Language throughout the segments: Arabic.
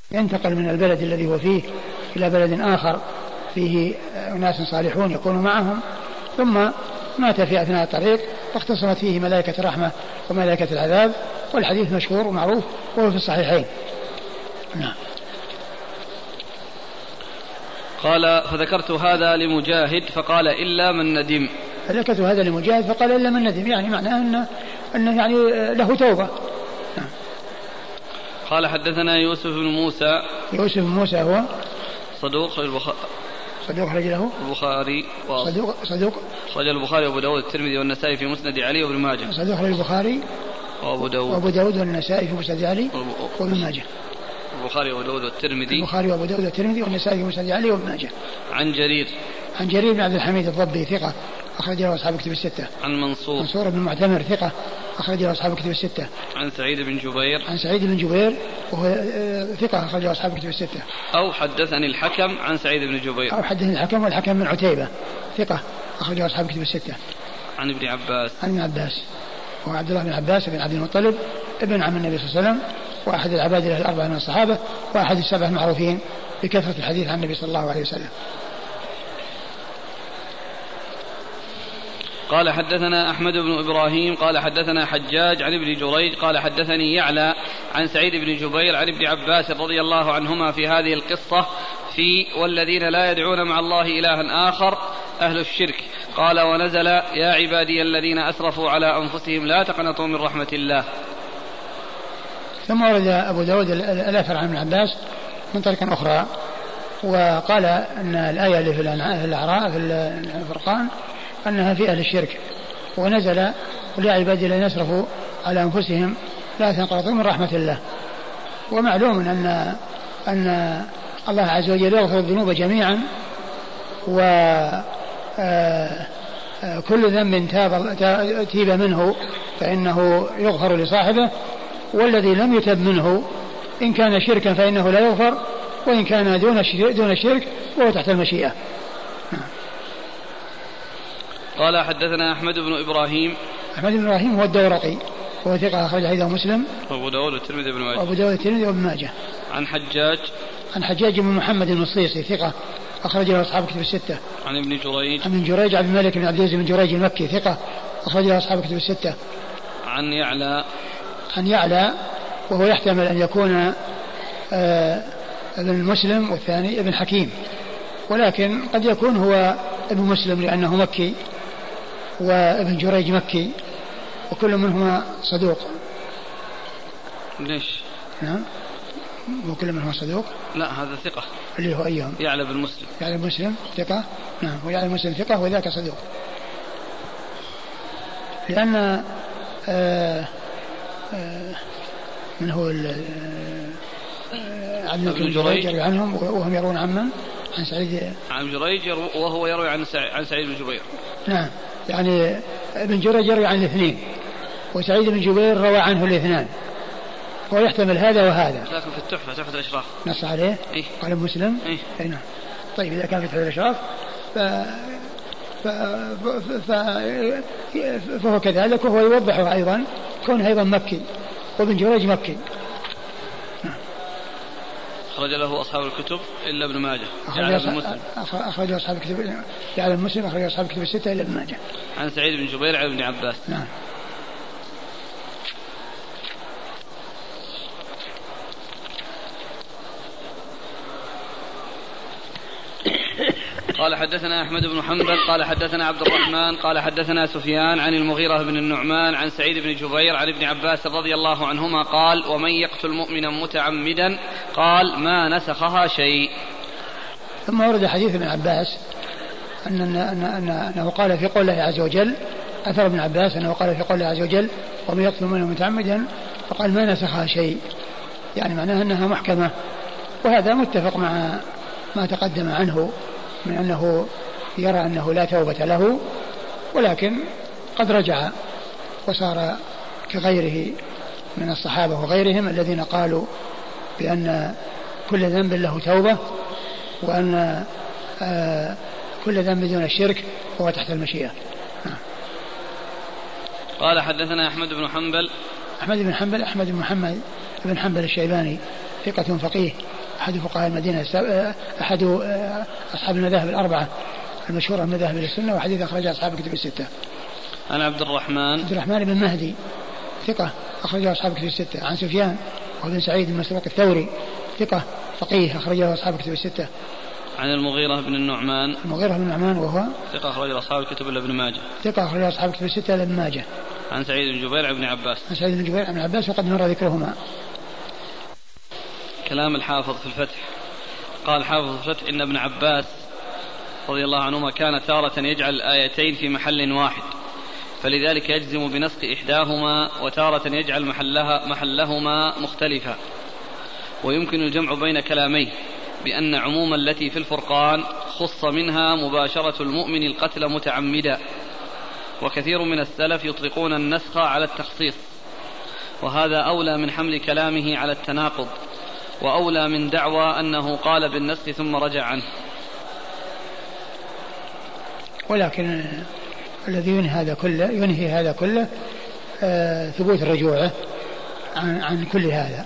ينتقل من البلد الذي هو فيه إلى بلد آخر فيه أناس صالحون يكون معهم، ثم مات في أثناء الطريق فاختصمت فيه ملائكة الرحمة وملائكة العذاب، والحديث مشهور ومعروف وهو في الصحيحين. نعم. قال فذكرت هذا لمجاهد فقال إلا من ندم. فذكرت هذا لمجاهد فقال إلا من ندم، يعني معناه أنه يعني له توبة. نعم. قال حدثنا يوسف بن موسى. يوسف بن موسى هو صدوق رجله البخاري صدوق رجل البخاري وابو داود والترمذي والنسائي في مسند علي وابن ماجه. صدوق البخاري وابو داود والنسائي في مسند علي وابن ماجه. البخاري وابو داود والترمذي والنسائي في مسند علي وابن ماجه. عن جرير بن عبد الحميد الضبي ثقة أخرج له أصحاب الكتب الستة. عن منصور بن معتمر ثقة أخرج له أصحاب الكتب الستة. عن سعيد بن جبير وهو ثقة أخرج له أصحاب الكتب الستة. أو حدثني الحكم عن سعيد بن جبير. والحكم من عتيبة ثقة أخرج له أصحاب الكتب الستة. عن ابن عباس وهو عبد الله بن عباس بن عبد المطلب ابن عم النبي صلى الله عليه وسلم، وأحد العباد الأربعة من الصحابة، وأحد السبع المعروفين بكثرة الحديث عن النبي صلى الله عليه وسلم. قال حدثنا أحمد بن إبراهيم قال حدثنا حجاج عن ابن جريج قال حدثني يعلى عن سعيد بن جبير عن ابن عباس رضي الله عنهما في هذه القصة في والذين لا يدعون مع الله إلها آخر أهل الشرك. قال ونزل يا عبادي الذين أسرفوا على أنفسهم لا تقنطوا من رحمة الله. ثم ورد أبو داود الأثر عن ابن عباس من طريق أخرى، وقال أن الآية اللي في الأعراف في الفرقان أنها في أهل الشرك، ونزل يا عبادي الذين أسرفوا على أنفسهم لا تقنطوا من رحمة الله. ومعلوم أن الله عز وجل يغفر الذنوب جميعا، وكل ذنب تيب منه فإنه يغفر لصاحبه، والذي لم يتب منه إن كان شركا فإنه لا يغفر، وإن كان دون الشرك وهو تحت المشيئة. قال حدثنا أحمد بن إبراهيم هو الدورقي وهو ثقة أخرج حديثه مسلم وأبو داود والترمذي وابن ماجه. عن حجاج بن محمد المصيصي ثقة أخرج له أصحاب الكتب الستة. عن ابن جريج عبد الملك بن عبد العزيز بن جريج المكي ثقة أخرج له أصحاب الكتب الستة. عن يعلى وهو يحتمل أن يكون ابن مسلم والثاني ابن حكيم، ولكن قد يكون هو ابن مسلم لأنه مكي، وابن جريج مكي، وكل منهما صدوق. ليش؟ نعم، وكل منهما صدوق. لا، هذا ثقة اللي هو أيهم يعلى بن مسلم ثقة. نعم، ويعلى بن مسلم ثقة وذاك صدوق، لأن من هو عبد جريج يروي عنهم وهم يرون عن سعيد عن جريج وهو يروي عن سعيد بن جبير. نعم، يعني ابن جريج يروي عن الاثنين، وسعيد بن جبير روى عنه الاثنان، ويحتمل هذا وهذا. لكن في تحفة الإشراف نص عليه قال مسلم. نعم. طيب إذا كان في تحفة الإشراف فهو كذلك، وهو يوضحه أيضا كونه أيضا مكي، وابن جريج مكي. أخرج له أصحاب الكتب إلا ابن ماجه. أخرج أصحاب الكتب يعني مسلم أخرج أصحاب الكتب الستة إلا ابن ماجه. عن سعيد بن جبير عن ابن عباس. نعم. قال حدثنا أحمد بن حنبل قال حدثنا عبد الرحمن قال حدثنا سفيان عن المغيرة بن النعمان عن سعيد بن جبير عن ابن عباس رضي الله عنهما قال ومن يقتل مؤمنا متعمدا قال ما نسخها شيء. ثم ورد حديث ابن عباس أنه قال في قول الله عز وجل، أثر ابن عباس أنه قال في قول الله عز وجل ومن يقتل مؤمنا متعمدا فقال ما نسخها شيء، يعني معناها أنها محكمة، وهذا متفق مع ما تقدم عنه من أنه يرى أنه لا توبة له، ولكن قد رجع وصار كغيره من الصحابة وغيرهم الذين قالوا بأن كل ذنب له توبة، وأن كل ذنب دون الشرك هو تحت المشيئة. قال حدثنا أحمد بن حنبل أحمد بن محمد بن حنبل الشيباني ثقة فقيه أحد فقهاء المدينة أحد أصحاب المذاهب الأربعة المشهورة من مذاهب السنة، وحديث أخرجه أصحاب الكتب الستة. عن عبد الرحمن بن مهدي ثقة أخرجه أصحاب الكتب الستة. عن سفيان وابن سعيد بن مسروق الثوري ثقة فقيه أخرجه أصحاب الكتب الستة. عن المغيرة بن النعمان وهو ثقة أخرجه أصحاب الكتب إلا ابن ماجه. ثقة أخرجه أصحاب الكتب الستة إلا ابن ماجه. عن سعيد بن جبير عن ابن عباس وقد مر ذكرهما. كلام الحافظ في الفتح. قال الحافظ في الفتح إن ابن عباس رضي الله عنهما كان تارة يجعل الآيتين في محل واحد، فلذلك يجزم بنسخ إحداهما، وتارة يجعل محلهما مختلفا. ويمكن الجمع بين كلامين بأن عموم التي في الفرقان خص منها مباشرة المؤمن القتل متعمدا، وكثير من السلف يطلقون النسخ على التخصيص، وهذا أولى من حمل كلامه على التناقض، وأولى من دعوى أنه قال بالنسخ ثم رجع عنه. ولكن الذي ينهي هذا كله ثبوت رجوعه عن كل هذا.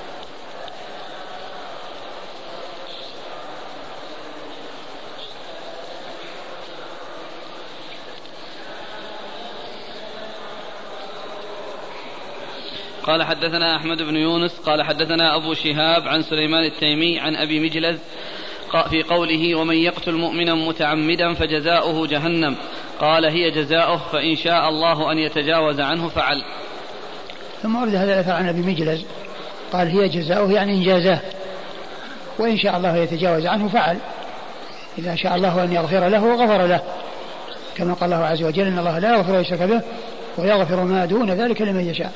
قال حدثنا أحمد بن يونس قال حدثنا أبو شهاب عن سليمان التيمي عن أبي مجلز في قوله ومن يقتل مؤمنا متعمدا فجزاؤه جهنم، قال هي جزاؤه فإن شاء الله أن يتجاوز عنه فعل. ثم ورد هذا الأثر عن أبي مجلز قال هي جزاؤه يعني إن جازاه، وإن شاء الله يتجاوز عنه فعل. إذا شاء الله أن يغفر له غفر له، كما قال الله عز وجل إن الله لا يغفر يشرك به ويغفر ما دون ذلك لمن يشاء.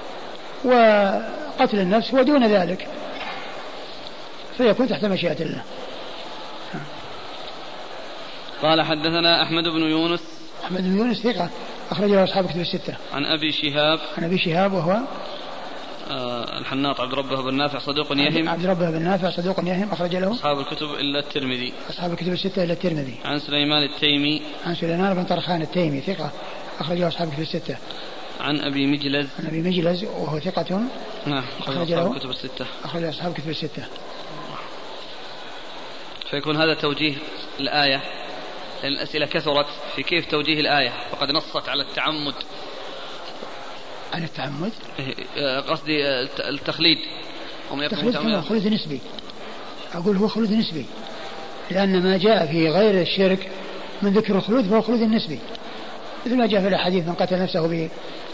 وقتل النفس ودون ذلك فيكون تحت مشيئة الله. قال حدثنا أحمد بن يونس ثقة أخرجه أصحاب كتب الستة. عن أبي شهاب وهو الحناط عبد ربه بن نافع صدوق يهم أخرج له أصحاب الكتب إلا الترمذي. أصحاب الكتب الستة إلا الترمذي. عن سليمان بن طرخان التيمي ثقة أخرجه أصحاب الكتب الستة. عن أبي مجلز وهو ثقة أخرج أصحاب الكتب الستة. فيكون هذا توجيه الآية، لأن الأسئلة كثرت في كيف توجيه الآية، فقد نصت على التعمد. عن التعمد قصدي التخليد. التخليد خلود نسبي، أقول هو خلود نسبي، لأن ما جاء في غير الشرك من ذكر الخلود فهو خلود نسبي، مثل ما جاء في الحديث من قتل نفسه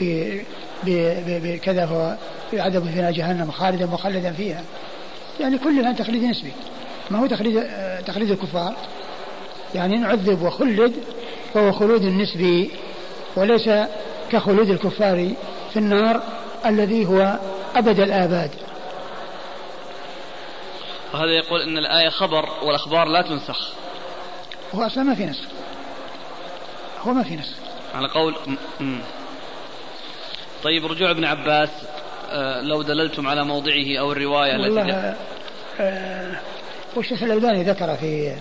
بكذا فهو يعذب في جهنم خالدا مخلدا فيها، يعني كل من تخليد نسبي، ما هو تخليد الكفار، يعني نعذب وخلد فهو خلود نسبي، وليس كخلود الكفار في النار الذي هو أبد الآباد. وهذا يقول إن الآية خبر والأخبار لا تنسخ. هو أصلا ما في نسخ، هو ما في نسخ على قول. طيب رجوع ابن عباس لو دللتم على موضعه أو الرواية التي والشيخ الألباني ذكر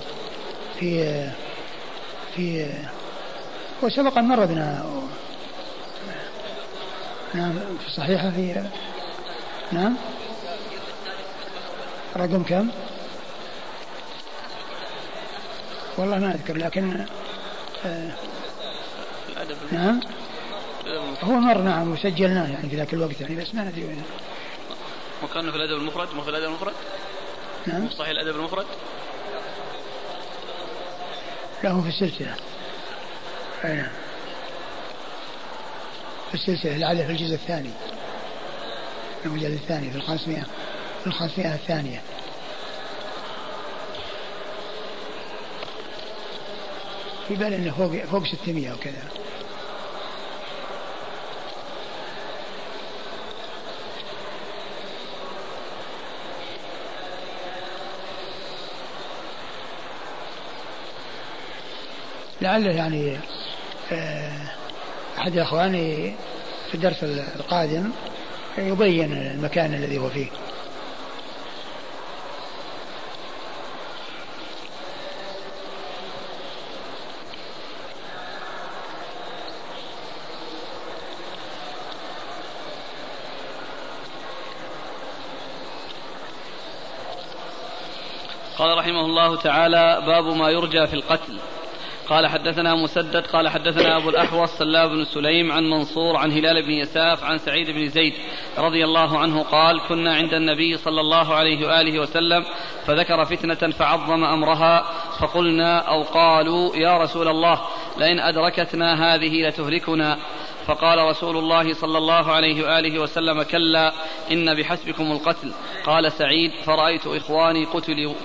في وسبق أن مر بنا في الصحيحة في رقم كم والله ما أذكر، لكن هو مر وسجلناه يعني في ذاك الوقت يعني، بس ما ندري وين. وكان في الأدب المفرد، مو في الأدب المفرد؟ نعم. صحيح الأدب المفرد؟ له في السلسلة. أين؟ في السلسلة لعله في الجزء الثاني، المجلد الثاني في 500 الثانية. في بالي انه فوق 600 وكذا. لعله يعني أحد أخواني في الدرس القادم يبين المكان الذي هو فيه. قال رحمه الله تعالى: باب ما يرجى في القتل. قال حدثنا مسدد قال حدثنا أبو الأحوص سلام بن سليم عن منصور عن هلال بن يساف عن سعيد بن زيد رضي الله عنه قال: كنا عند النبي صلى الله عليه وآله وسلم فذكر فتنة فعظم أمرها فقلنا أو قالوا: يا رسول الله لئن أدركتنا هذه لتهلكنا. فقال رسول الله صلى الله عليه وآله وسلم: كلا إن بحسبكم القتل. قال سعيد: فرأيت إخواني قتلوا.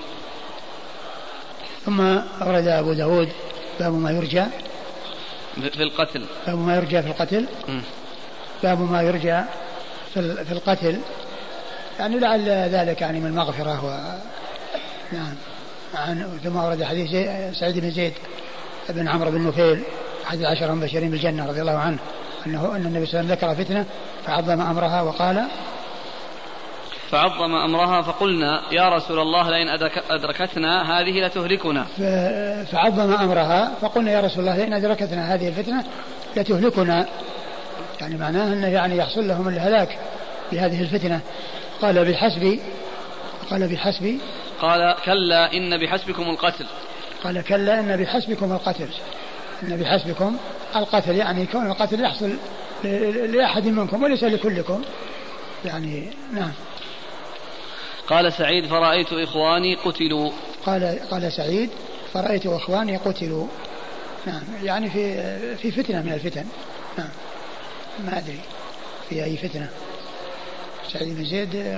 ثم أورد أبو داود باب ما يرجى في القتل. باب ما يرجى في القتل. باب ما يرجى في القتل، يعني لعل ذلك يعني من المغفرة نعم. ثم أورد حديث سعيد بن زيد بن عمرو بن نفيل أحد العشرة المبشرين بالجنة رضي الله عنه أن النبي صلى الله عليه وسلم ذكر فتنة فعظم أمرها وقال: فعظم أمرها فقلنا: يا رسول الله لئن أدركتنا هذه لتهلكنا. فعظم أمرها فقلنا: يا رسول الله لئن أدركتنا هذه الفتنة لتهلكنا، يعني معناه أنه يعني يحصل لهم الهلاك بهذه الفتنة. قال: بحسبي. قال: كلا إن بحسبكم القتل. قال: كلا إن بحسبكم القتل. إن بحسبكم القتل، يعني كون القتل يحصل لأحد منكم وليس لكلكم، يعني نعم. قال سعيد: فرأيت إخواني قتلوا. قال سعيد: فرأيت إخواني قتلوا، نعم، يعني في فتنة من الفتن، نعم، ما أدري في أي فتنة. سعيد بن زيد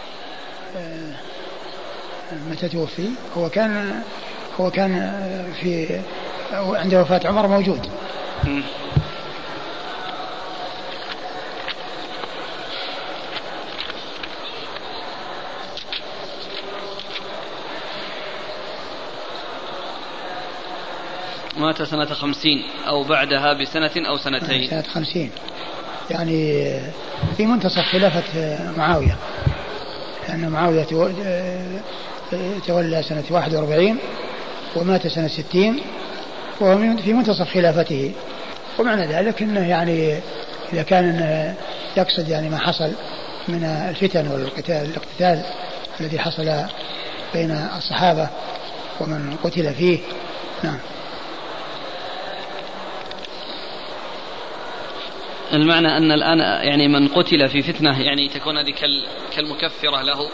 متى توفي؟ هو كان في عند وفاة عمر موجود. مات سنة 50 أو بعدها بسنة أو سنتين. سنة 50، يعني في منتصف خلافة معاوية، لأن معاوية تولى سنة 41 ومات سنة 60 وهو في منتصف خلافته. ومعنى ذلك أنه يعني إذا كان يقصد يعني ما حصل من الفتن والاقتتال الذي حصل بين الصحابة ومن قتل فيه، نعم. المعنى أن الآن يعني من قتل في فتنة يعني تكون هذه كالمكفرة له،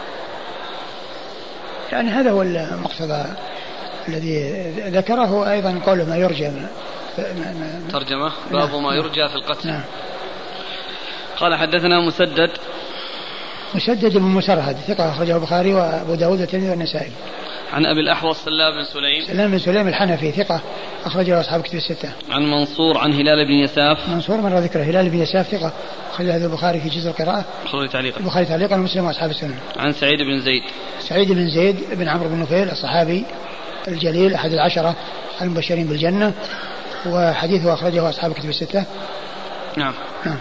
يعني هذا هو المقصد الذي ذكره. أيضا قوله ما يرجى ترجمة باب ما يرجى في القتل. نعم. قال حدثنا مسدد بن مسرهد ثقة أخرجه البخاري وأبو داود والترمذي والنسائي. عن أبي الأحوص سلام بن سليم الحنفي ثقة أخرجه أصحاب كتب الستة. عن منصور عن هلال بن يساف. منصور مر ذكره. هلال بن يساف ثقة أخرجه البخاري في جزء القراءة. البخاري تعليقا ومسلم وأصحاب السنن. عن سعيد بن زيد بن عمرو بن نفيل الصحابي الجليل أحد العشرة المبشرين بالجنة، وحديثه أخرجه أصحاب كتب الستة. نعم.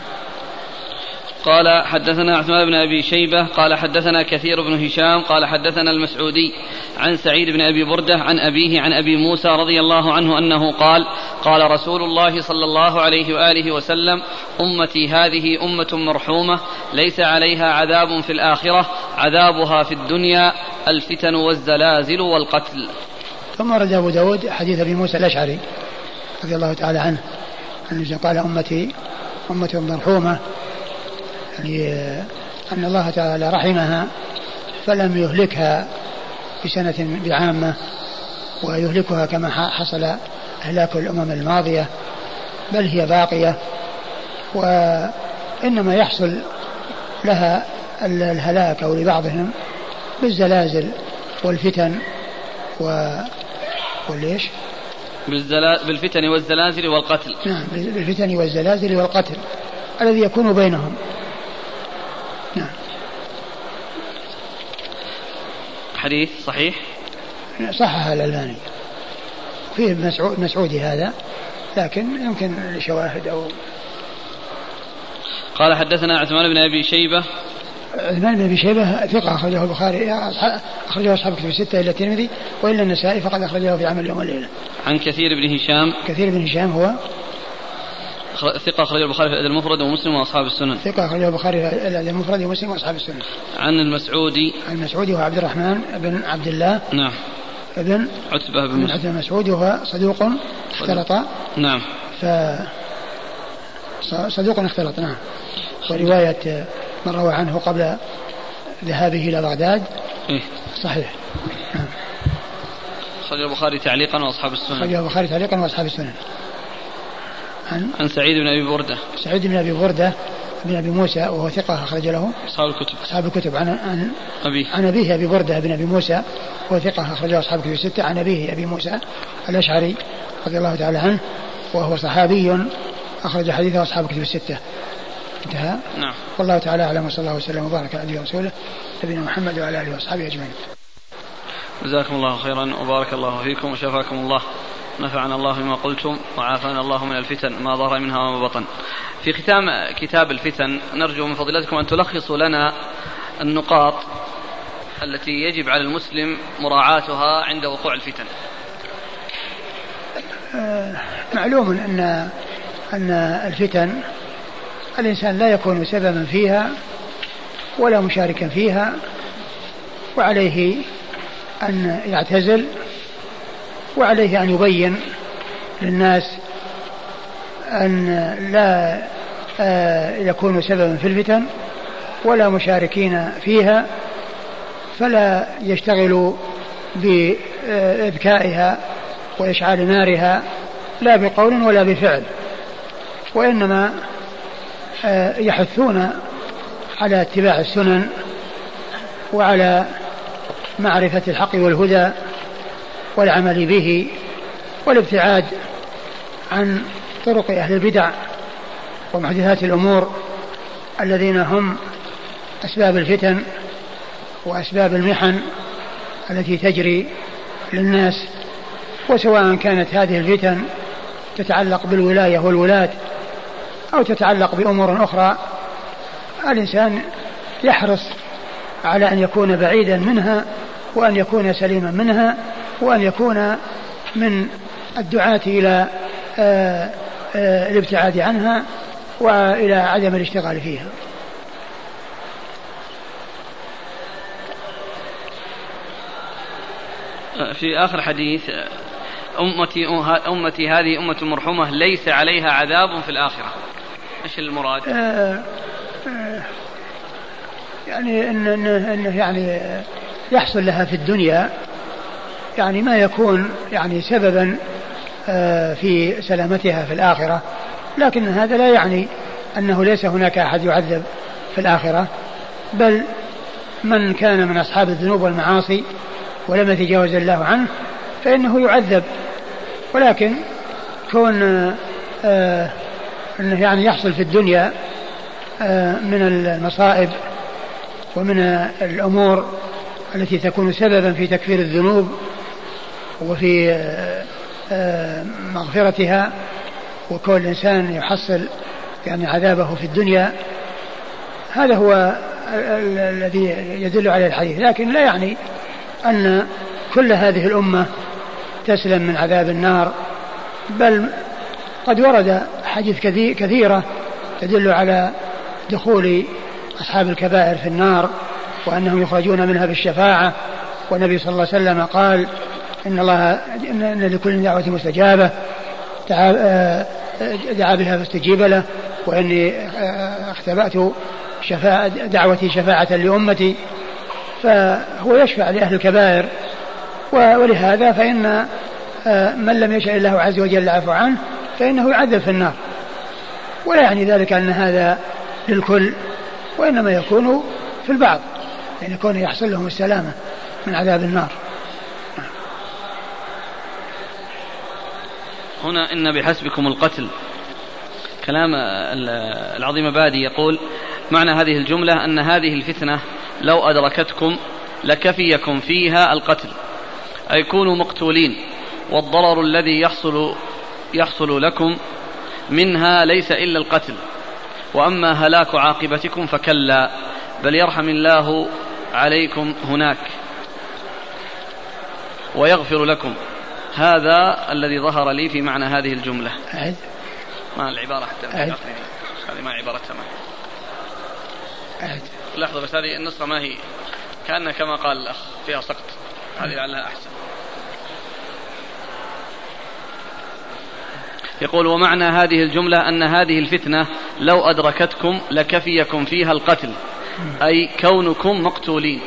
قال حدثنا عثمان بن أبي شيبة قال حدثنا كثير بن هشام قال حدثنا المسعودي عن سعيد بن أبي بردة عن أبيه عن أبي موسى رضي الله عنه أنه قال: قال رسول الله صلى الله عليه وآله وسلم: أمتي هذه أمة مرحومة ليس عليها عذاب في الآخرة عذابها في الدنيا الفتن والزلازل والقتل. ثم رد أبو داود حديث أبي موسى الأشعري رضي الله تعالى عنه أنه قال: أمتي أمة مرحومة، يعني أن الله تعالى رحمها فلم يهلكها بسنة بعامة ويهلكها كما حصل إهلاك الأمم الماضية، بل هي باقية، وإنما يحصل لها الهلاك أو لبعضهم بالزلازل والفتن والليش بالفتن والزلازل والقتل. نعم، بالفتن والزلازل والقتل الذي يكون بينهم. نعم. حديث صحيح صحها الألباني، فيه مسعودي هذا، لكن يمكن شواهد أو. قال حدثنا عثمان بن أبي شيبة. عثمان بن أبي شيبة ثقة أخرجه البخاري أخرجه أصحاب كتب الستة إلا الترمذي وإلا النسائي فقد أخرجه في عمل اليوم والليلة. عن كثير بن هشام. كثير بن هشام هو ثقة أخرجه البخاري في الأدب المفرد ومسلم وأصحاب السنن. ثقة أخرجه البخاري في الأدب المفرد ومسلم وأصحاب السنن. عن المسعودي. عن المسعودي هو عبد الرحمن بن عبد الله. نعم. ابن عتبة بن مسعود وهو صدوق اختلط. نعم. صدوق اختلط. نعم. ورواية من روى عنه قبل ذهابه إلى بغداد. إيه؟ صحيح. نعم. أخرجه البخاري تعليقا وأصحاب السنن. أخرجه البخاري تعليقا وأصحاب السنن. عن سعيد بن أبي بردة. سعيد بن أبي بردة بن أبي موسى وهو ثقة أخرج له أصحاب الكتب. عن أبيه أبي بردة بن أبي موسى وهو ثقة أخرج له أصحاب الكتب الستة. عن أبيه أبي موسى الأشعري رضي الله تعالى عنه وهو صحابي أخرج حديثه أصحاب الكتب الستة. انتهى. نعم. والله تعالى أعلم وصلى الله وسلم وبارك على نبينا ورسوله نبينا محمد وعلى آله وأصحابه أجمعين. جزاكم الله خيرا وبارك الله فيكم وشفاكم الله. نفعنا الله بما قلتم وعافانا الله من الفتن ما ظهر منها وما بطن. في ختام كتاب الفتن نرجو من فضيلتكم أن تلخصوا لنا النقاط التي يجب على المسلم مراعاتها عند وقوع الفتن. معلوم أن الفتن الإنسان لا يكون سببا فيها ولا مشاركا فيها، وعليه أن يعتزل، وعليه أن يبين للناس أن لا يكونوا سببا في الفتن ولا مشاركين فيها، فلا يشتغلوا بإبكائها وإشعال نارها لا بقول ولا بفعل، وإنما يحثون على اتباع السنن وعلى معرفة الحق والهدى والعمل به والابتعاد عن طرق أهل البدع ومحدثات الأمور الذين هم أسباب الفتن وأسباب المحن التي تجري للناس. وسواء كانت هذه الفتن تتعلق بالولاية والولاة أو تتعلق بأمور أخرى، الإنسان يحرص على أن يكون بعيدا منها وأن يكون سليما منها وأن يكون من الدعاة إلى الابتعاد عنها وإلى عدم الاشتغال فيها. في آخر حديث أمتي هذه أمة مرحومة ليس عليها عذاب في الآخرة، إيش المراد؟ يعني إنه يعني يحصل لها في الدنيا يعني ما يكون يعني سببا في سلامتها في الآخرة، لكن هذا لا يعني أنه ليس هناك أحد يعذب في الآخرة، بل من كان من أصحاب الذنوب والمعاصي ولم يتجاوز الله عنه فإنه يعذب، ولكن كون أنه يعني يحصل في الدنيا من المصائب ومن الأمور التي تكون سببا في تكفير الذنوب وفي مغفرتها، وكون الإنسان يحصل يعني عذابه في الدنيا، هذا هو الذي يدل عليه الحديث، لكن لا يعني أن كل هذه الأمة تسلم من عذاب النار، بل قد ورد حديث كثيرة تدل على دخول أصحاب الكبائر في النار وأنهم يخرجون منها بالشفاعة، والنبي صلى الله عليه وسلم قال إن لكل دعوة مستجابة دعا بها فاستجيب له، وإني اختبأت دعوتي شفاعة لأمتي، فهو يشفع لأهل الكبائر، ولهذا فإن من لم يشاء الله عز وجل العفو عنه فإنه يعذب في النار، ولا يعني ذلك أن هذا للكل، وإنما يكون في البعض، يعني يكون يحصل لهم السلامة من عذاب النار. هنا إن بحسبكم القتل، كلام العظيم بادي يقول معنى هذه الجملة أن هذه الفتنة لو أدركتكم لكفيكم فيها القتل، أي كونوا مقتولين، والضرر الذي يحصل لكم منها ليس إلا القتل، وأما هلاك عاقبتكم فكلا، بل يرحم الله عليكم هناك ويغفر لكم. هذا الذي ظهر لي في معنى هذه الجملة. ما العبارة حتى هذه ما عبارة تمام. لحظة بس، هذه النسخة ما هي كأنها كما قال الأخ فيها سقط، هذه لعلها أحسن. يقول: ومعنى هذه الجملة أن هذه الفتنة لو أدركتكم لكفيكم فيها القتل، أي كونكم مقتولين،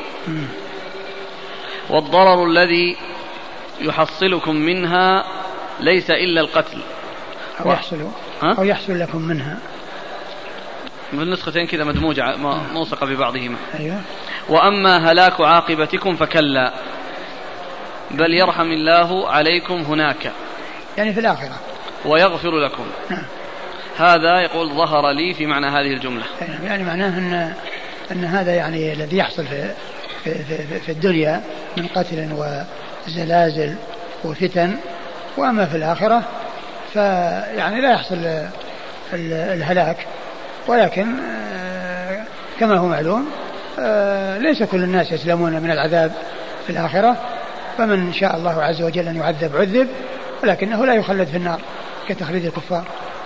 والضرر الذي يحصلكم منها ليس إلا القتل أو يحصل لكم منها. من النسختين كذا مدموجة موثقة ببعضهما. أيوة. وأما هلاك عاقبتكم فكلا، بل يرحم الله عليكم هناك، يعني في الآخرة، ويغفر لكم. هذا يقول ظهر لي في معنى هذه الجملة، يعني معناه أن هذا يعني الذي يحصل في الدنيا من قتل وزلازل وفتن، وأما في الآخرة فيعني لا يحصل الهلاك، ولكن كما هو معلوم ليس كل الناس يسلمون من العذاب في الآخرة، فمن شاء الله عز وجل أن يعذب عذب، ولكنه لا يخلد في النار كتخليد الكفار.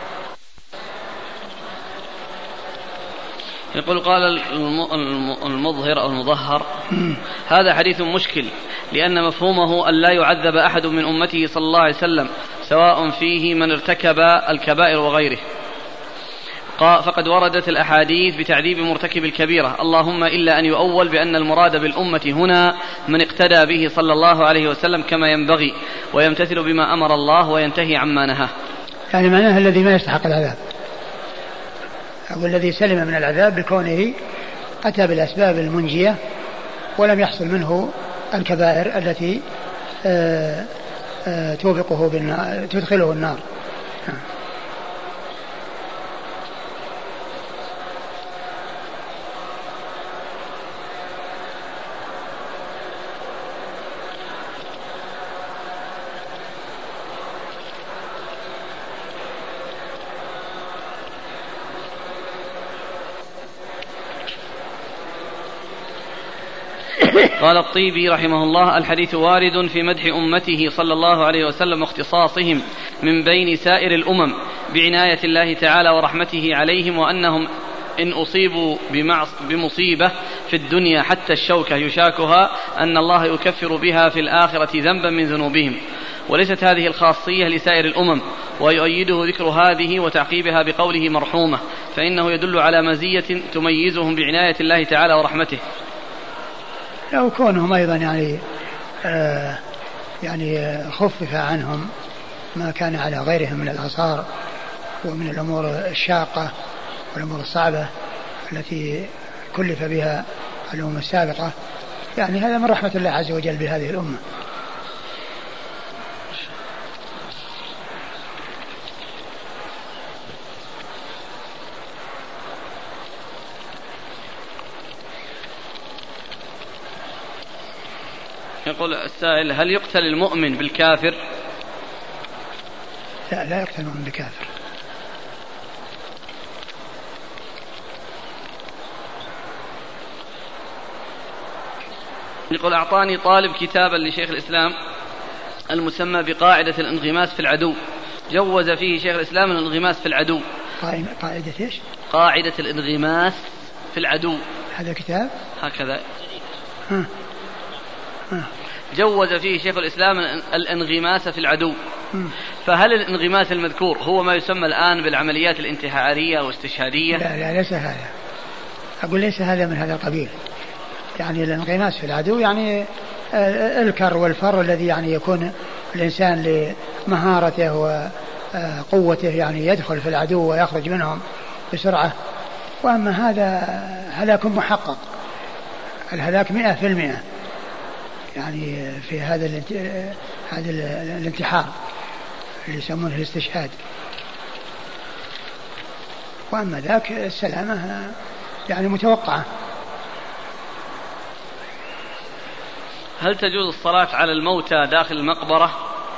يقول: قال المظهر أو المظهر: هذا حديث مشكل، لأن مفهومه أن لا يعذب أحد من أمته صلى الله عليه وسلم، سواء فيه من ارتكب الكبائر وغيره، فقد وردت الأحاديث بتعذيب مرتكب الكبيرة، اللهم إلا أن يؤول بأن المراد بالأمة هنا من اقتدى به صلى الله عليه وسلم كما ينبغي، ويمتثل بما أمر الله وينتهي عما نهاه. يعني معناه الذي ما يستحق العذاب، أو الذي سلم من العذاب بكونه أتى بالأسباب المنجية ولم يحصل منه الكبائر التي توبقه بالنار، تدخله النار. قال الطيبي رحمه الله: الحديث وارد في مدح أمته صلى الله عليه وسلم واختصاصهم من بين سائر الأمم بعناية الله تعالى ورحمته عليهم، وأنهم إن أصيبوا بمصيبة في الدنيا حتى الشوكة يشاكها أن الله يكفر بها في الآخرة ذنبا من ذنوبهم، وليست هذه الخاصية لسائر الأمم، ويؤيده ذكر هذه وتعقيبها بقوله مرحومة، فإنه يدل على مزية تميزهم بعناية الله تعالى ورحمته. لو كونهم أيضا يعني خفف عنهم ما كان على غيرهم من الآثار ومن الأمور الشاقة والأمور الصعبة التي كلف بها الأمم السابقة، يعني هذا من رحمة الله عز وجل بهذه الأمة. يقول السائل: هل يقتل المؤمن بالكافر؟ لا يقتل المؤمن بالكافر. يقول: أعطاني طالب كتابا لشيخ الإسلام المسمى بقاعدة الانغماس في العدو، جوز فيه شيخ الإسلام الانغماس في العدو. قاعدة إيش؟ قاعدة الانغماس في العدو. هذا كتاب هكذا. جوز فيه شيخ الإسلام الانغماس في العدو. فهل الانغماس المذكور هو ما يسمى الآن بالعمليات الانتحارية والاستشهادية؟ لا ليس هذا، أقول ليس هذا من هذا القبيل. يعني الانغماس في العدو يعني الكر والفر الذي يعني يكون الإنسان لمهارته وقوته يعني يدخل في العدو ويخرج منهم بسرعة. وأما هذا هلاك محقق، الهلاك 100% يعني في هذا الانتحار اللي يسمونه الاستشهاد. وأما ذاك السلامة يعني متوقعة. هل تجوز الصلاة على الموتى داخل المقبرة؟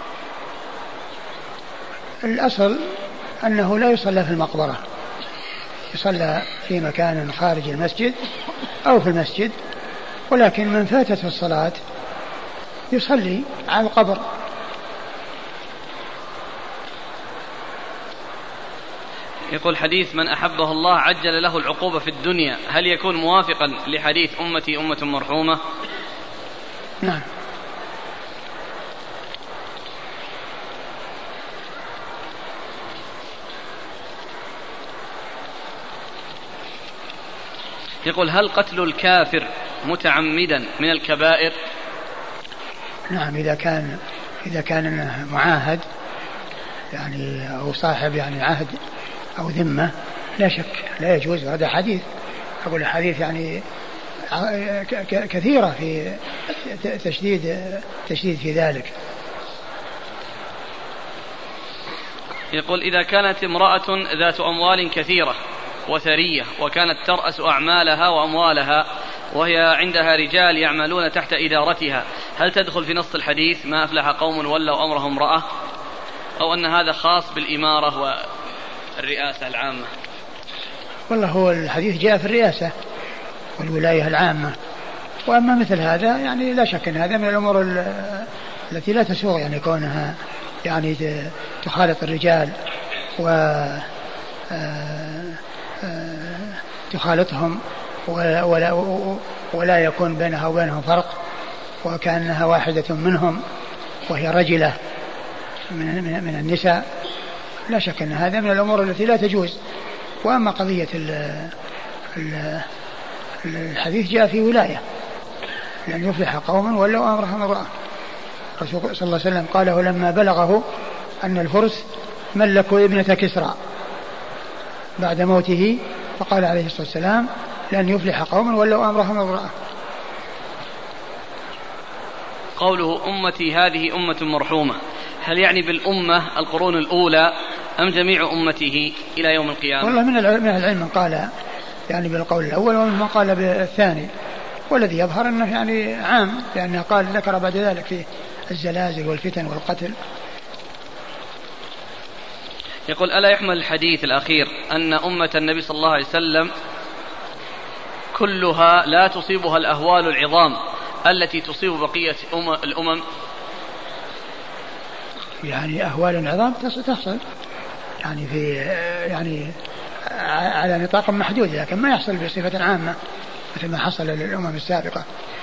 الأصل أنه لا يصلى في المقبرة، يصلى في مكان خارج المسجد أو في المسجد، ولكن من فاتته الصلاة يصلي على القبر. يقول حديث من أحبه الله عجل له العقوبة في الدنيا، هل يكون موافقا لحديث أمتي أمة مرحومة؟ نعم. يقول هل قتل الكافر متعمدا من الكبائر؟ نعم، إذا كان معاهد يعني أو صاحب يعني عهد أو ذمة لا شك لا يجوز. هذا حديث، أقول حديث يعني كثيرة في تشديد في ذلك. يقول إذا كانت امرأة ذات أموال كثيرة وثرية وكانت ترأس أعمالها وأموالها وهي عندها رجال يعملون تحت إدارتها، هل تدخل في نص الحديث ما أفلح قوم ولوا أمرهم امرأة، أو أن هذا خاص بالإمارة والرئاسة العامة؟ والله هو الحديث جاء في الرئاسة والولاية العامة، وأما مثل هذا يعني لا شك أن هذا من الأمور التي لا تسوغ، يعني كونها يعني تخالط الرجال تخالطهم ولا يكون بينها وبينهم فرق، وكأنها واحدة منهم وهي رجلة من النساء. لا شك أن هذا من الأمور التي لا تجوز. وأما قضية الحديث جاء في ولاية لأن يفلح قوم ولوا أمرهم امرأة. الرسول صلى الله عليه وسلم قاله لما بلغه أن الفرس ملكوا ابنة كسرى بعد موته، فقال عليه الصلاة والسلام لأن يفلح قوم ولوا أمرهم امرأة. قوله أمتي هذه أمة مرحومة، هل يعني بالأمة القرون الأولى أم جميع أمته إلى يوم القيامة؟ والله من العلم من قال يعني بالقول الأول ومن قال بالثاني، والذي يظهر أنه يعني عام، لأنه قال ذكر بعد ذلك في الزلازل والفتن والقتل. يقول ألا يحمل الحديث الأخير أن أمة النبي صلى الله عليه وسلم كلها لا تصيبها الأهوال العظام التي تصيب بقية الأمم؟ يعني أهوال عظام تحصل يعني في يعني على نطاق محدود، لكن ما يحصل بصفة عامة مثل ما حصل للأمم السابقة.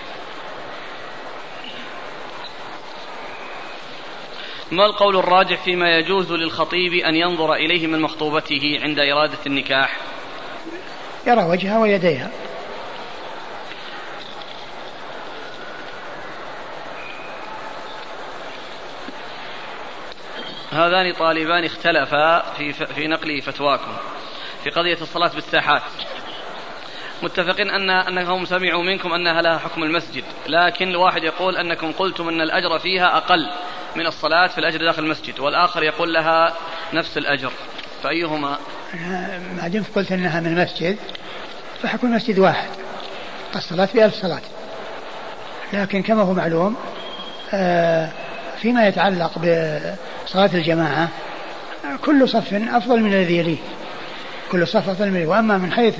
ما القول الراجح فيما يجوز للخطيب أن ينظر إليه من مخطوبته عند إرادة النكاح؟ يرى وجهها ويديها. هذان طالبان اختلفا في نقل فتواكم في قضية الصلاة بالساحات، متفقين أنهم سمعوا منكم أنها لها حكم المسجد، لكن الواحد يقول أنكم قلتم أن الأجر فيها أقل من الصلاة في الأجر داخل المسجد، والآخر يقول لها نفس الأجر، فأيهما؟ ما دمت قلت أنها من المسجد فحكم المسجد واحد، الصلاة ب1000 صلاة. لكن كما هو معلوم فيما يتعلق بصلاة الجماعة كل صف أفضل من الذي يليه، كل صف أفضل من الذي. وأما من حيث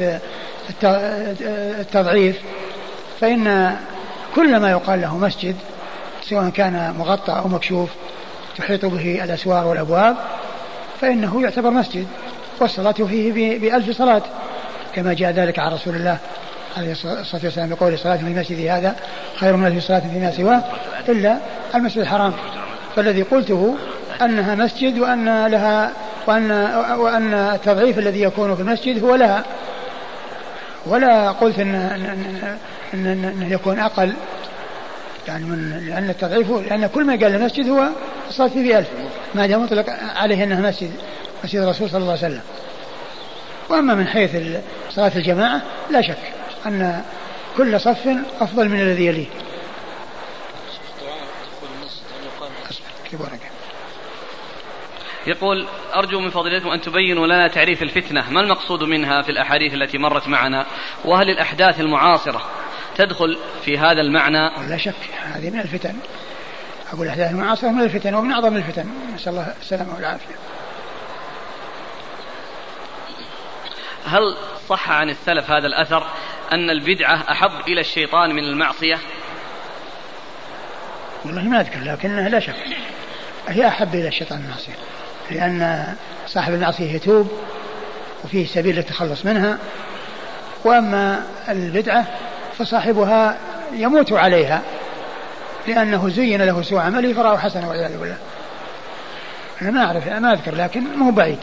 التضعيف فإن كل ما يقال له مسجد سواء كان مغطى أو مكشوف تحيط به الأسوار والأبواب فإنه يعتبر مسجد، والصلاة فيه ب1000 صلاة كما جاء ذلك عن رسول الله عليه الصلاة والسلام بقول صلاة في المسجد هذا خير من 1000 صلاة فيما سواه إلا المسجد الحرام. فالذي قلته أنها مسجد وأن لها وأن التضعيف الذي يكون في المسجد هو لها، ولا قلت أن يكون أقل يعني لأن التضعيف، لأن كل ما قال المسجد هو الصلاة فيه ب1000 ما دام مطلق عليه أنها مسجد الرسول صلى الله عليه وسلم. وأما من حيث صلاة الجماعة لا شك أن كل صف أفضل من الذي يليه. يقول أرجو من فضيلتكم أن تبينوا لنا تعريف الفتنة، ما المقصود منها في الأحاديث التي مرت معنا، وهل الأحداث المعاصرة تدخل في هذا المعنى؟ لا شك هذه من الفتن، أقول الأحداث المعاصرة من الفتن ومن أعظم الفتن، نسأل الله السلامة والعافية. هل صح عن السلف هذا الأثر أن البدعة أحب إلى الشيطان من المعصية؟ والله ما أذكر، لكنها لا شك هي أحب إلى الشيطان من المعصية، لأن صاحب المعصية يتوب وفيه سبيل للتخلص منها. وأما البدعة فصاحبها يموت عليها لأنه زين له سوء عمله فراه حسنة والعياذ بالله. أنا ما أعرف، ما أذكر، لكن مو بعيد.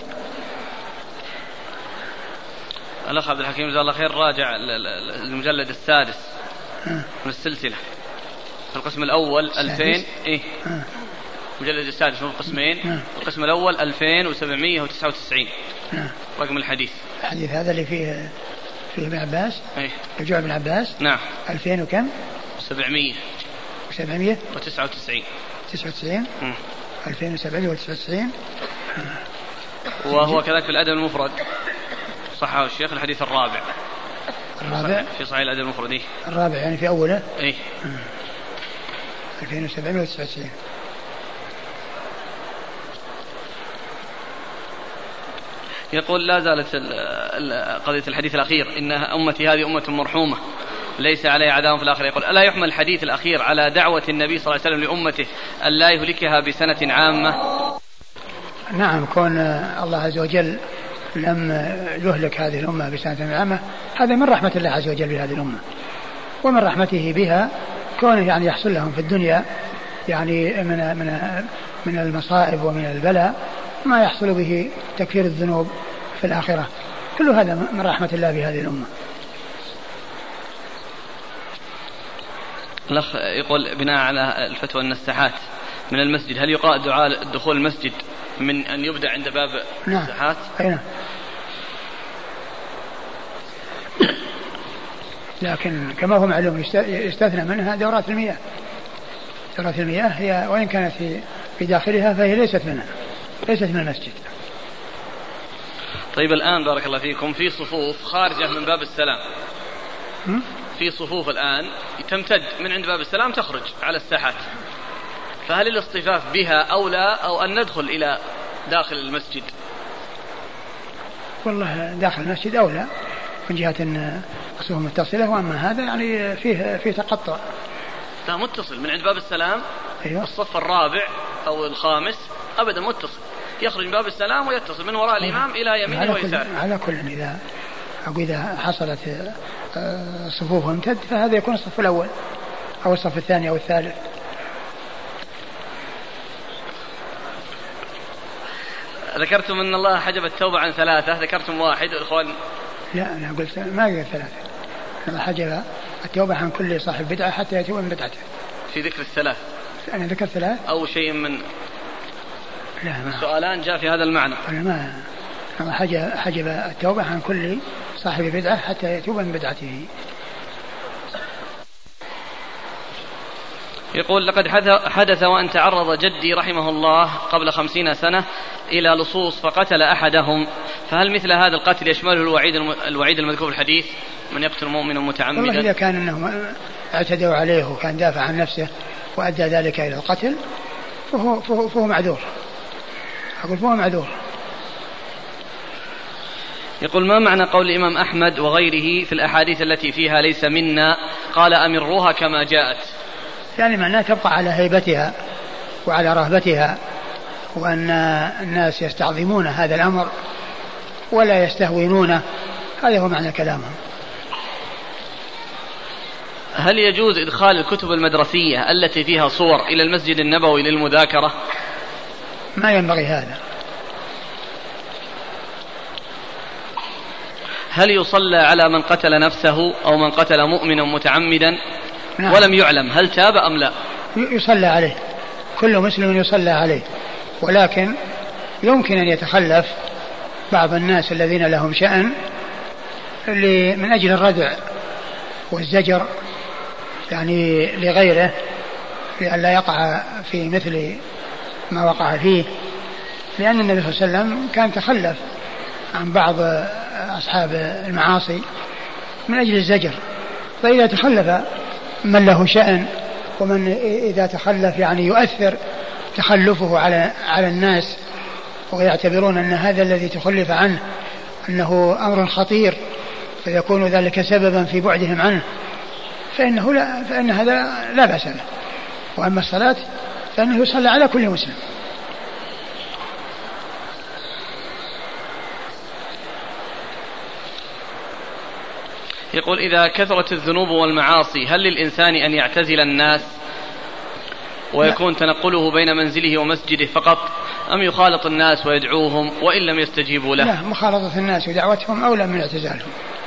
الأخ عبد الحكيم جزاه الله خير راجع المجلد السادس من السلسلة في القسم الأول 2000 المجلد السادس من القسمين. القسم الأول 2799 رقم الحديث هذا اللي فيه ابن عباس، رجوع ابن عباس. نعم. 2000 وكم؟ 799 2799. وهو كذلك في الأدب المفرد صححه الشيخ الحديث الرابع في صحيح الأدب المفرد. الرابع يعني في أوله. 2799. يقول لا زالت قضية الحديث الأخير إن أمتي هذه أمة مرحومة ليس عليها عذاب في الآخرة. يقول ألا يحمل الحديث الأخير على دعوة النبي صلى الله عليه وسلم لأمته أن لا يهلكها بسنة عامة؟ نعم، كون الله عز وجل لم يهلك هذه الأمة بسنة عامة هذا من رحمة الله عز وجل بهذه الأمة، ومن رحمته بها كونه يعني يحصل لهم في الدنيا يعني من المصائب ومن البلاء ما يحصل به تكفير الذنوب في الآخرة. كل هذا من رحمة الله بهذه الأمة. الأخ يقول بناء على الفتوى أن الساحات من المسجد، هل يقرأ دعاء دخول المسجد من أن يبدأ عند باب الساحات؟ نعم. لكن كما هو معلوم يستثنى منها دورات المياه. دورات المياه هي وإن كانت في داخلها فهي ليست من المسجد. طيب الآن بارك الله فيكم في صفوف خارجة من باب السلام، في صفوف الآن تمتد من عند باب السلام تخرج على الساحات، فهل الاصطفاف بها أولى أو أن ندخل إلى داخل المسجد؟ والله داخل المسجد أولى من جهة أن الصفوف متصلة، وأما هذا يعني فيه تقطع. لا متصل من عند باب السلام. أيوة. الصف الرابع أو الخامس أبدا متصل، يخرج من باب السلام ويتصل من وراء الإمام إلى يمينه ويساره. على كل إذا حصلت صفوف امتد فهذا يكون الصف الأول أو الصف الثاني أو الثالث. ذكرتم أن الله حجب التوبة عن 3، ذكرتم 1 الإخوان. لا أنا قلت ما قلت 3، أنا حجب التوبة عن كل صاحب بدعة حتى يتوب من بدعته. في ذكر 3 أنا ذكرت 3 أو شيء من لا سؤالان جاء في هذا المعنى. أنا حجب التوبة عن كل صاحب بدعة حتى يتوب من بدعته. يقول لقد حدث وأن تعرض جدي رحمه الله قبل 50 سنة إلى لصوص فقتل أحدهم، فهل مثل هذا القتل يشمله الوعيد المذكور في الحديث من يقتل مؤمنا متعمدا؟ والله إذا كان أنهم اعتدوا عليه وكان دافع عن نفسه وأدى ذلك إلى القتل فهو معذور. أقول فهو معذور. يقول ما معنى قول الإمام أحمد وغيره في الأحاديث التي فيها ليس منا قال أمروها كما جاءت؟ يعني معناه تبقى على هيبتها وعلى رهبتها، وأن الناس يستعظمون هذا الأمر ولا يستهونونه، هذا هو معنى كلامهم. هل يجوز إدخال الكتب المدرسية التي فيها صور إلى المسجد النبوي للمذاكرة؟ ما ينبغي هذا. هل يصلى على من قتل نفسه أو من قتل مؤمنا متعمدا؟ نعم. ولم يعلم هل تاب أم لا؟ يصلى عليه، كل مسلم يصلى عليه، ولكن يمكن أن يتخلف بعض الناس الذين لهم شأن من أجل الردع والزجر يعني لغيره لئلا يقع في مثل ما وقع فيه، لأن النبي صلى الله عليه وسلم كان تخلف عن بعض أصحاب المعاصي من أجل الزجر. فإذا تخلف من له شأن ومن إذا تخلف يعني يؤثر تخلفه على الناس ويعتبرون أن هذا الذي تخلف عنه أنه أمر خطير فيكون ذلك سببا في بعدهم عنه، فإن هذا لا بأس له. وأما الصلاة فإنه يصلى على كل مسلم. يقول إذا كثرت الذنوب والمعاصي هل للإنسان أن يعتزل الناس ويكون تنقله بين منزله ومسجده فقط، أم يخالط الناس ويدعوهم وإن لم يستجيبوا له؟ لا، مخالطة الناس ودعوتهم أولى من اعتزالهم.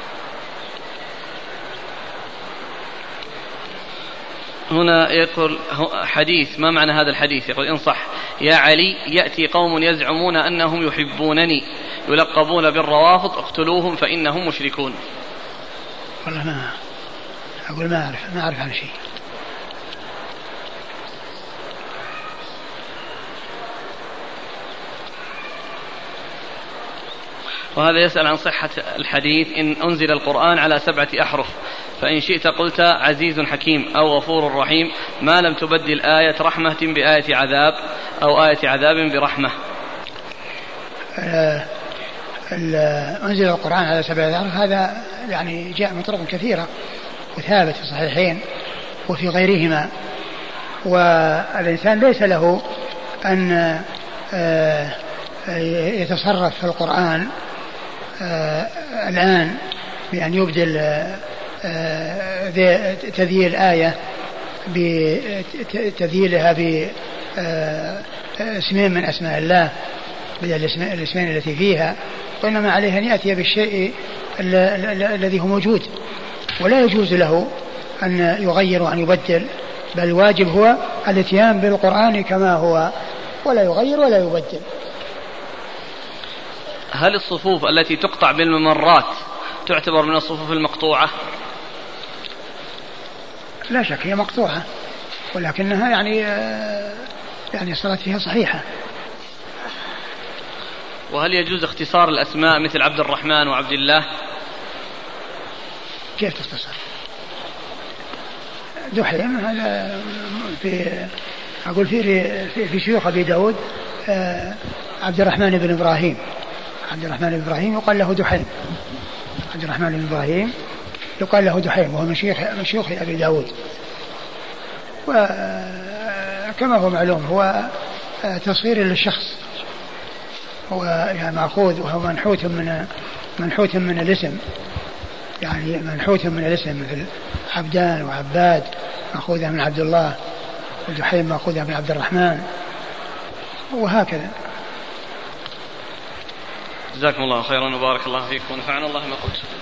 هنا يقول حديث، ما معنى هذا الحديث؟ يقول إن صح: يا علي يأتي قوم يزعمون أنهم يحبونني يلقبون بالروافض اقتلوهم فإنهم مشركون. والله ما أقول، ما أعرف عن شيء. وهذا يسأل عن صحة الحديث: إن أنزل القرآن على 7 أحرف فإن شئت قلت عزيز حكيم أو غفور رحيم ما لم تبدل آية رحمة بآية عذاب أو آية عذاب برحمة. أنزل القرآن على 7 أحرف هذا يعني جاء من طرق كثيرة وثابت في الصحيحين وفي غيرهما، والإنسان ليس له أن يتصرف في القرآن الآن بأن يبدل تذييل آية بتذييلها باسمين من أسماء الله بدل الاسمين التي فيها، وإنما عليه أن يأتي بالشيء الذي هو موجود، ولا يجوز له أن يغير وأن يبدل، بل الواجب هو الاتيان بالقرآن كما هو ولا يغير ولا يبدل. هل الصفوف التي تقطع بالممرات تعتبر من الصفوف المقطوعة؟ لا شك هي مقطوعة، ولكنها يعني الصلاة فيها صحيحة. وهل يجوز اختصار الأسماء مثل عبد الرحمن وعبد الله؟ كيف تختصر؟ دحيم هذا أقول في شيوخ أبي داود عبد الرحمن بن إبراهيم يقال له دحيم، عبد الرحمن بن إبراهيم يقال له دحيم، وهو من شيوخ أبي داود. وكما هو معلوم هو تصغير للشخص، هو يعني مأخوذ وهو منحوت من الاسم، يعني منحوت من الاسم، مثل عبدان وعباد مأخوذة من عبد الله، ودحيم مأخوذة من عبد الرحمن، وهكذا. جزاكم الله خيرا وبارك الله فيكم ونفعنا الله ما قلت.